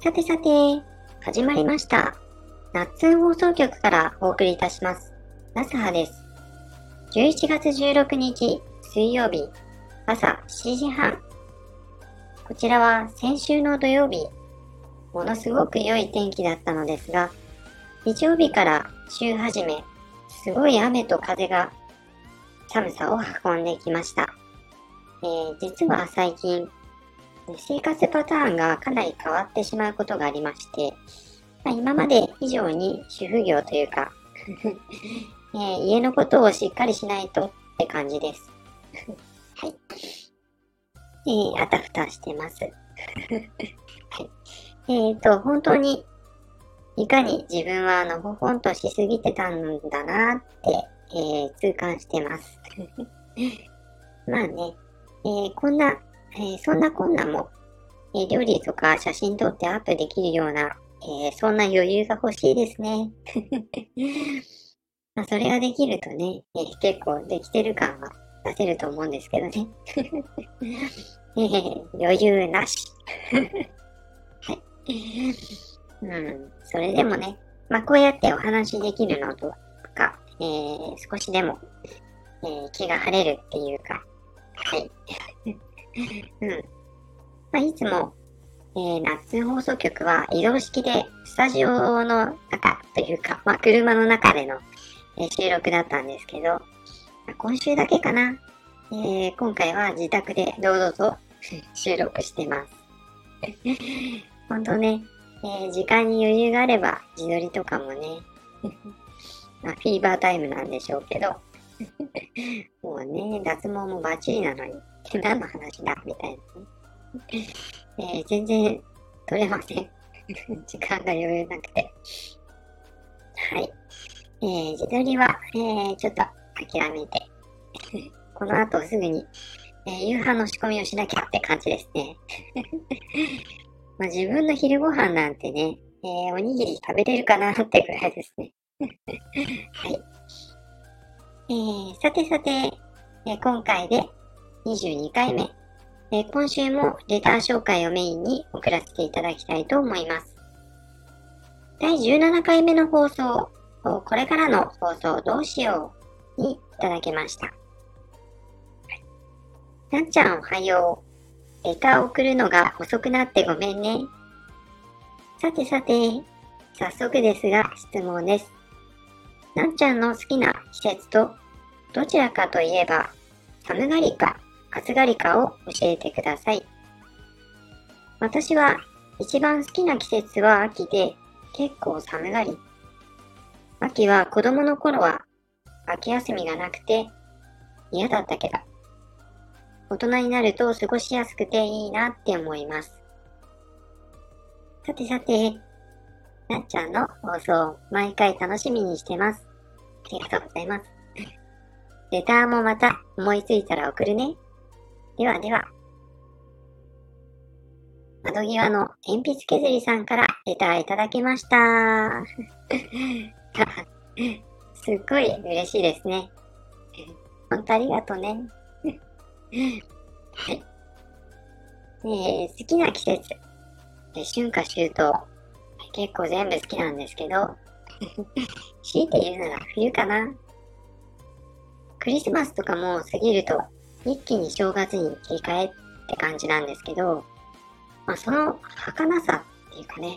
さてさて、始まりました。夏放送局からお送りいたします。ナスハです。11月16日水曜日朝7時半。こちらは先週の土曜日、ものすごく良い天気だったのですが、日曜日から週始め、すごい雨と風が寒さを運んできました。実は最近、生活パターンがかなり変わってしまうことがありまして、今まで以上に主婦業というか、家のことをしっかりしないとって感じです。はい。あたふたしてます。はい。本当に、いかに自分はのほほんとしすぎてたんだなって、痛感してます。まあね、そんなこんなも、料理とか写真撮ってアップできるような、そんな余裕が欲しいですね。それができるとね、結構できてる感は出せると思うんですけどね。余裕なし。はい。それでもね、こうやってお話しできるのとか、少しでも、気が晴れるっていうか、はい。いつも、夏放送局は移動式でスタジオの中というか、車の中での、収録だったんですけど、今週だけかな、今回は自宅で堂々と収録してます。ほんとね、時間に余裕があれば自撮りとかもね、フィーバータイムなんでしょうけど、もうね、脱毛もバッチリなのに、何の話だみたいなね。全然撮れません。時間が余裕なくて。はい。自撮りは、ちょっと諦めて、この後すぐに、夕飯の仕込みをしなきゃって感じですね。自分の昼ご飯なんてね、おにぎり食べれるかなってぐらいですね。はい。さてさて、今回で22回目。今週もレター紹介をメインに送らせていただきたいと思います。第17回目の放送、これからの放送どうしようにいただきました。なっちゃんおはよう。レター送るのが遅くなってごめんね。さてさて、早速ですが質問です。なっちゃんの好きな季節とどちらかといえば寒がりか暑がりかを教えてください。私は一番好きな季節は秋で結構寒がり。秋は子供の頃は秋休みがなくて嫌だったけど、大人になると過ごしやすくていいなって思います。さてさて、なっちゃんの放送毎回楽しみにしてます。ありがとうございます。レターもまた思いついたら送るね。ではでは。窓際の鉛筆削りさんからレターいただきました。すっごい嬉しいですね。本当ありがとうね。はい。好きな季節。春夏秋冬。結構全部好きなんですけど、強いて言うなら冬かな。クリスマスとかも過ぎると一気に正月に切り替えって感じなんですけど、その儚さっていうかね、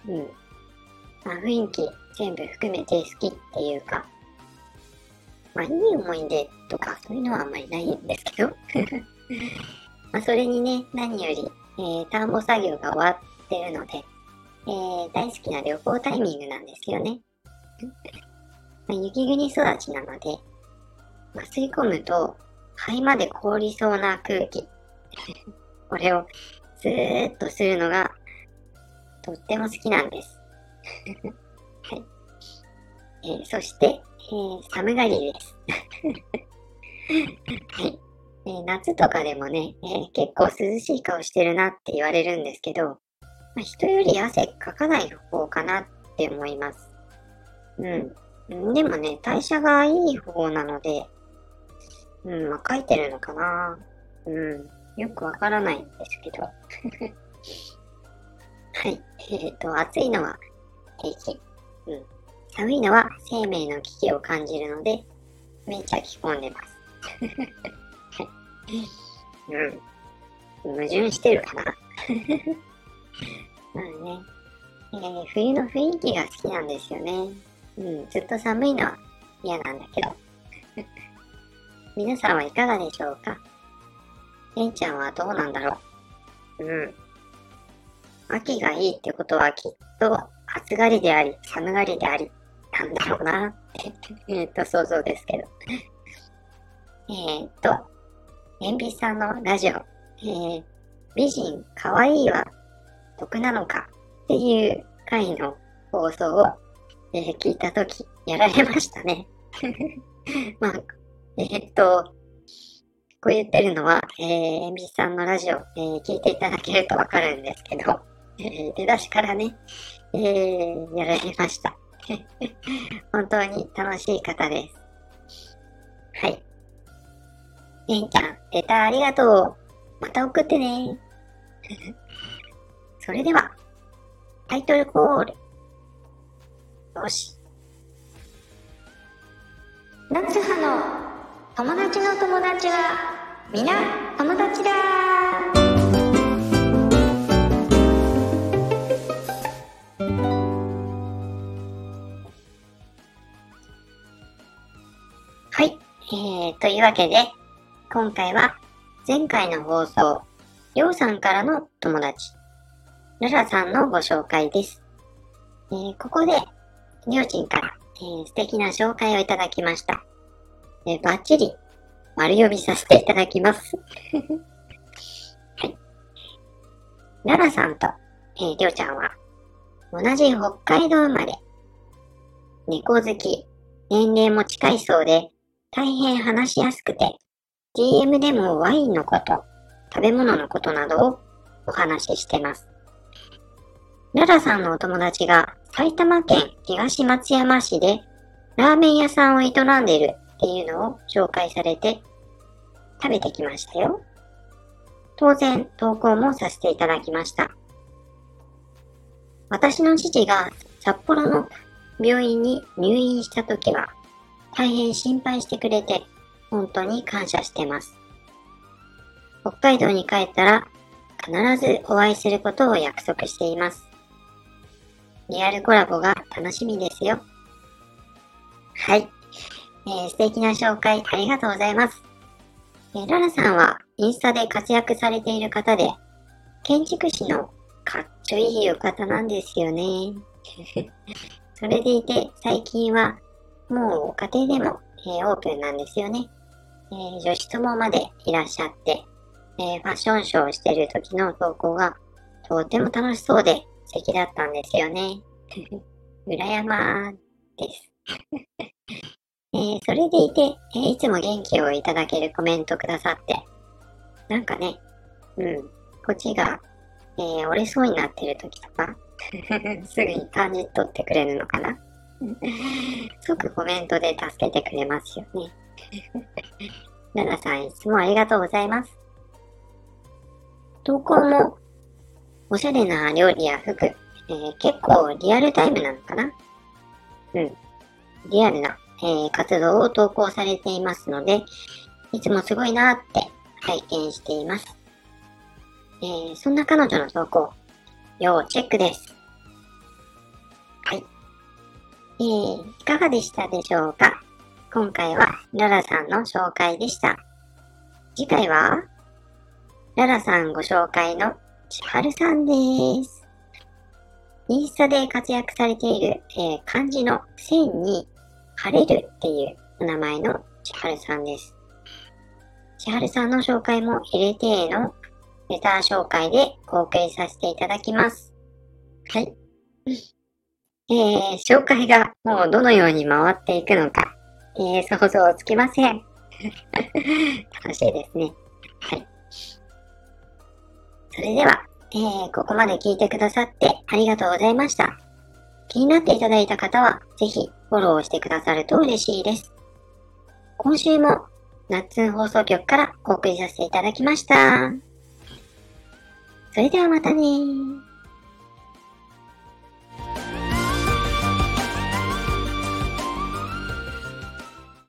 雰囲気全部含めて好きっていうか、いい思い出とかそういうのはあんまりないんですけど、それにね、何より、田んぼ作業が終わってるので、大好きな旅行タイミングなんですよね。雪国育ちなので、吸い込むと肺まで凍りそうな空気。これをスーッとするのがとっても好きなんです。はい。そして、寒がりです。はい。夏とかでもね、結構涼しい顔してるなって言われるんですけど、人より汗かかない方かなって思います。でもね、代謝がいい方なので、書いてるのかな。よくわからないんですけど。 はい。暑いのは平気。寒いのは生命の危機を感じるので、めっちゃ着込んでます。はい。矛盾してるかな。まあね、冬の雰囲気が好きなんですよね。ずっと寒いのは嫌なんだけど。皆さんはいかがでしょうか？えんちゃんはどうなんだろう。秋がいいってことはきっと暑がりであり、寒がりであり、なんだろうなって想像ですけど。えんぴさんのラジオ、美人かわいいは毒なのかっていう回の放送を、聞いたときやられましたね。まあ、こう言ってるのは、えんぴさんのラジオ、聞いていただけるとわかるんですけど、出だしからね、やられました。本当に楽しい方です。はい。えんちゃん、レターありがとう。また送ってね。それでは、タイトルコール。よし。夏葉の友達の友達は、みな友達だ。はい。というわけで、今回は前回の放送、りょうさんからの友達、ララさんのご紹介です。ここで、りょうちんから、素敵な紹介をいただきました。バッチリ丸読みさせていただきます。はい。ララさんと、りょうちゃんは、同じ北海道生まれ、猫好き、年齢も近いそうで、大変話しやすくて、DM でもワインのこと、食べ物のことなどをお話ししてます。ララさんのお友達が埼玉県東松山市でラーメン屋さんを営んでいるっていうのを紹介されて食べてきましたよ。当然投稿もさせていただきました。私の父が札幌の病院に入院した時は大変心配してくれて本当に感謝してます。北海道に帰ったら必ずお会いすることを約束しています。リアルコラボが楽しみですよ。はい。素敵な紹介ありがとうございます。ララさんはインスタで活躍されている方で、建築士のかっちょいいお方なんですよね。それでいて最近はもう家庭でも、オープンなんですよね。女子友までいらっしゃって、ファッションショーをしている時の投稿がとっても楽しそうで素敵だったんですよね。羨まです。それでいて、いつも元気をいただけるコメントくださって、なんかね、こっちが、折れそうになってる時とか、すぐに感じ取ってくれるのかな。即コメントで助けてくれますよね。ナナさんいつもありがとうございます。投稿もおしゃれな料理や服、結構リアルタイムなのかな。リアルな、活動を投稿されていますので、いつもすごいなって拝見しています。そんな彼女の投稿、要チェックです。はい。いかがでしたでしょうか？今回はララさんの紹介でした。次回はララさんご紹介の千春さんです。インスタで活躍されている、漢字の線に晴れるっていうお名前の千春さんです。千春さんの紹介も入れてのレター紹介でお送りさせていただきます。はい。紹介がもうどのように回っていくのか、想像つきません。楽しいですね。はい。それでは、ここまで聞いてくださってありがとうございました。気になっていただいた方は、ぜひフォローしてくださると嬉しいです。今週も、ナッツン放送局からお送りさせていただきました。それではまたねー。